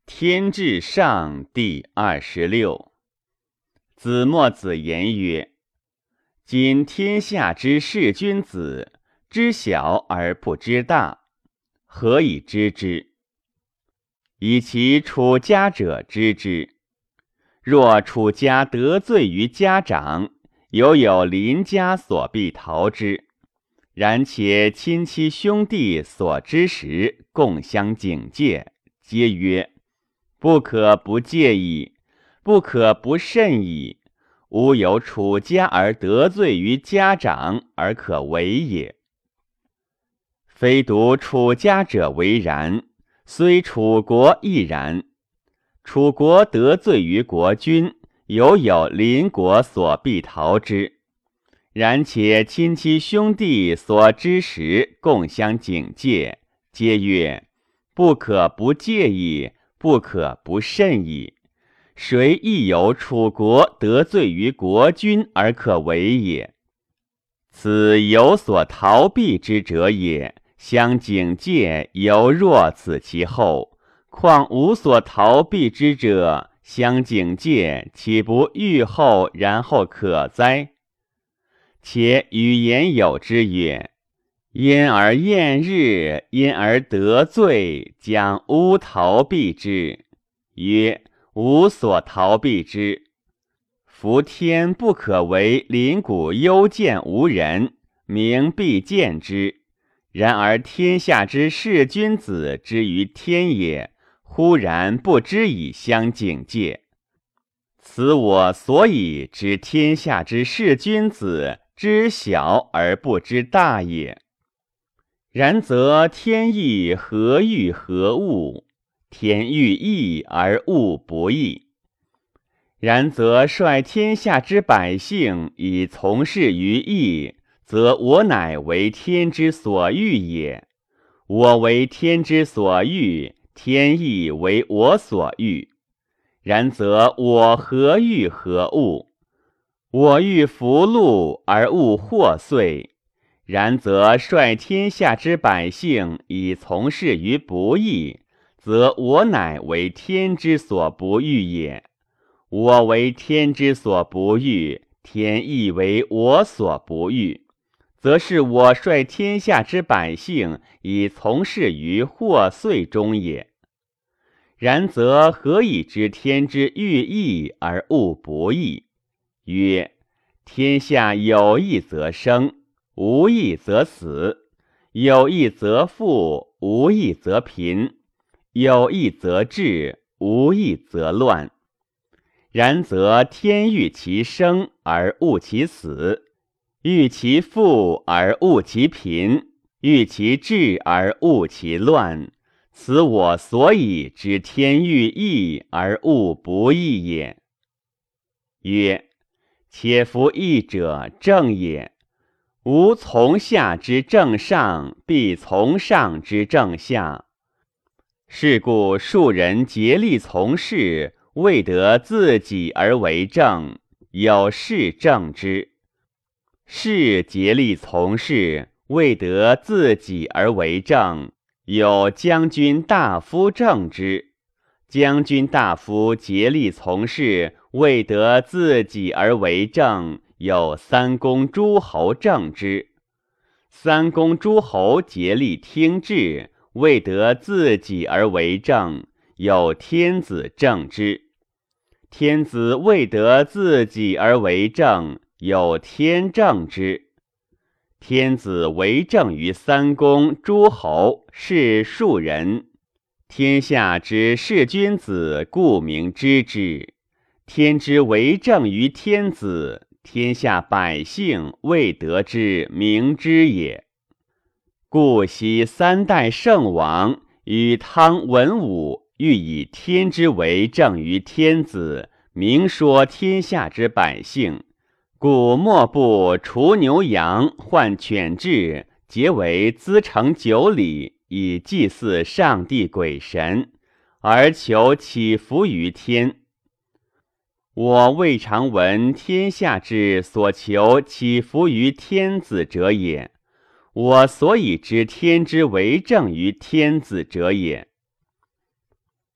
天至上第26。子墨子言曰：今天下之士君子，知小而不知大，何以知之？以其处家者知之。若处家得罪于家长，有邻家所必逃之，然且亲戚兄弟所知时，共相警戒，皆曰：不可不戒矣，不可不慎矣。吾有处家而得罪于家长而可为也。非独处家者为然，虽楚国亦然。楚国得罪于国君，有邻国所必逃之，然且亲戚兄弟所知时，共相警戒，皆曰：不可不戒矣，不可不慎矣。谁亦有楚国得罪于国君而可为也？此有所逃避之者也，相警戒犹若此其后，况无所逃避之者，相警戒岂不欲后然后可哉？且语言有之曰：因而厌日，因而得罪，将吾逃避之？曰：无所逃避之。夫天不可为邻谷幽见无人，民必见之。然而天下之士君子之于天也，忽然不知以相警戒。此我所以知天下之士君子知小而不知大也。然则天意何欲何物？天欲义而物不义。然则率天下之百姓以从事于义，则我乃为天之所欲也。我为天之所欲，天意为我所欲。然则我何欲何物？我欲福禄而物祸遂。然则率天下之百姓以从事于不义，则我乃为天之所不欲也。我为天之所不欲，天亦为我所不欲，则是我率天下之百姓以从事于祸遂中也。然则何以知天之欲义而物不义？曰：天下有义则生，无义则死；有义则富，无义则贫；有义则治，无义则乱。然则天欲其生而恶其死，欲其富而恶其贫，欲其治而恶其乱。此我所以知天欲义而物不义也。曰：且夫义者正也。吾从下之正上，必从上之正下。是故庶人竭力从事，未得自己而为政，有事正之；士竭力从事，未得自己而为政，有将军大夫正之；将军大夫竭力从事，未得自己而为政，有三公诸侯正之；三公诸侯竭力听治，未得自己而为政，有天子正之；天子未得自己而为政，有天正之。天子为政于三公诸侯，是庶人。天下之士君子，故名知之。天之为政于天子，天下百姓未得之，明之也。故昔三代圣王与汤文武，欲以天之为政于天子，明说天下之百姓，故莫不除牛羊，换犬彘，皆为资成酒礼，以祭祀上帝鬼神，而求祈福于天。我未尝闻天下之所求祈福于天子者也，我所以知天之为政于天子者也。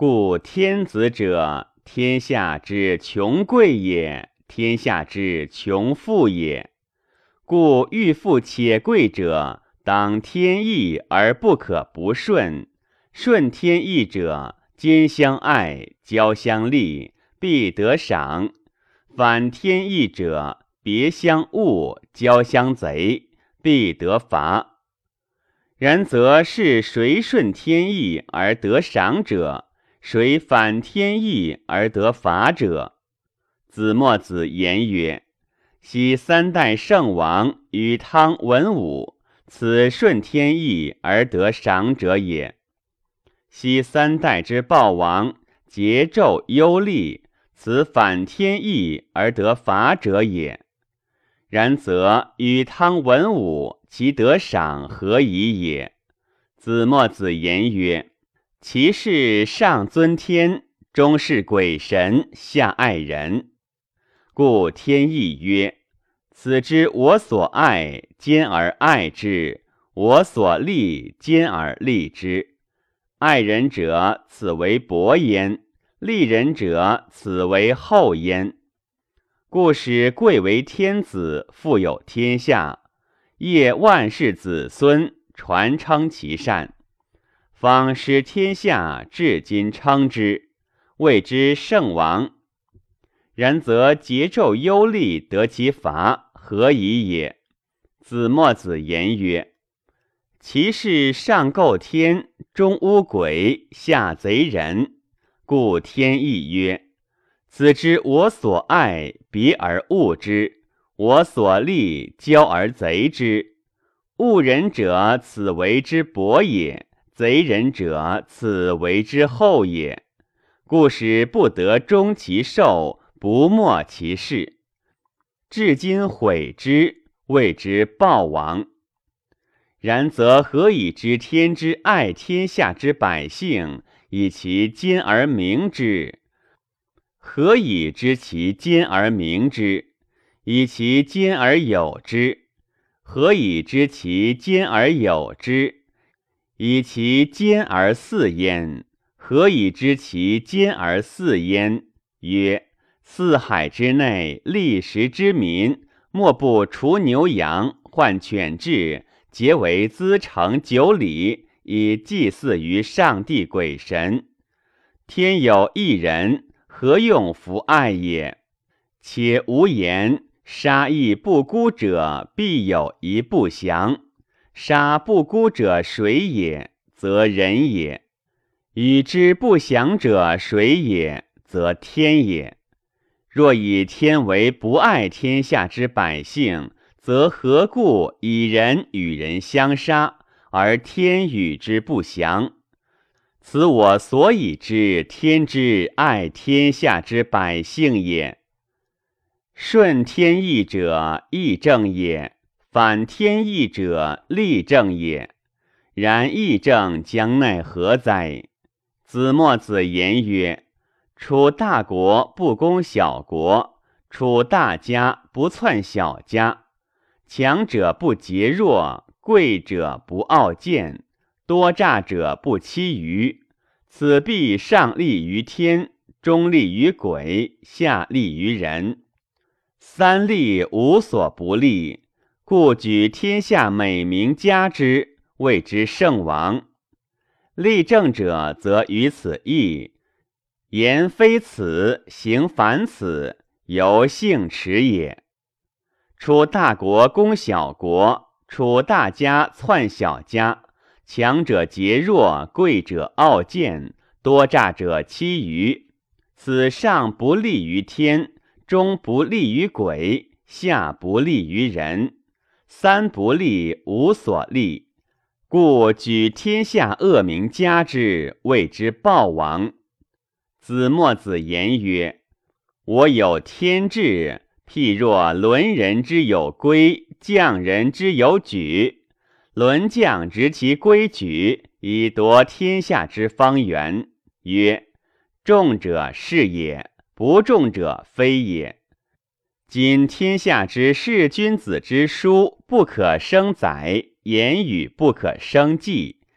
故天子者，天下之穷贵也，天下之穷富也。故欲富且贵者，当天意而不可不顺。顺天意者，兼相爱，交相利，必得赏；反天意者，别相恶，交相贼，必得罚。然则是谁顺天意而得赏者，谁反天意而得罚者？子墨子言曰：昔三代圣王与汤文武，此顺天意而得赏者也。昔三代之暴王桀纣忧厉，此反天意而得罚者也。然则与汤文武，其得赏何以也？子墨子言曰：其是上尊天，中是鬼神，下爱人。故天意曰：此之我所爱，兼而爱之；我所利，兼而利之。爱人者，此为薄焉；利人者，此为厚焉。故使贵为天子，富有天下，业万世子孙，传称其善，方使天下至今称之，谓之圣王。然则桀纣忧厉得其罚，何以也？子墨子言曰：其是上构天，中巫鬼，下贼人。故天意曰：此之我所爱，别而恶之；我所利，交而贼之。恶人者，此为之薄也；贼人者，此为之厚也。故使不得终其寿，不没其事。至今悔之，谓之暴王。然则何以知天之爱天下之百姓，以其兼而明之？何以知其兼而明之？以其兼而有之。何以知其兼而有之？以其兼而似焉。何以知其兼而似焉？曰：四海之内，历时之民，莫不除牛羊，换犬彘，皆为资成九礼，以祭祀于上帝鬼神。天有一人，何用弗爱也？且无言，杀亦不孤者，必有一不祥。杀不孤者谁也？则人也。与之不祥者谁也？则天也。若以天为不爱天下之百姓，则何故以人与人相杀，而天与之不祥？此我所以知天之爱天下之百姓也。顺天意者，义正也；反天意者，利正也。然义正将奈何哉？子墨子言曰：处大国不攻小国，处大家不篡小家。强者不竭弱，贵者不傲贱，多诈者不欺愚。此必上立于天，中立于鬼，下立于人。三立无所不立，故举天下美名加之，谓之圣王。立正者则于此义，言非此，行反此，由性耻也。处大国攻小国，处大家篡小家，强者桀弱，贵者傲贱，多诈者欺愚。此上不利于天，中不利于鬼，下不利于人。三不利，无所利。故举天下恶名加之，谓之暴王。子墨子言曰：我有天志，譬若伦人之有规，匠人之有矩。伦匠执其规矩，以夺天下之方圆。曰：重者是也，不重者非也。今天下之士君子之书，不可生载，言语不可生记。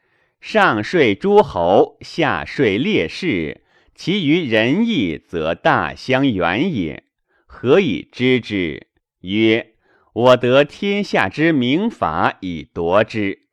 上税诸侯，下税列士，其于仁义则大相远也。何以知之？曰：我得天下之明法以夺之。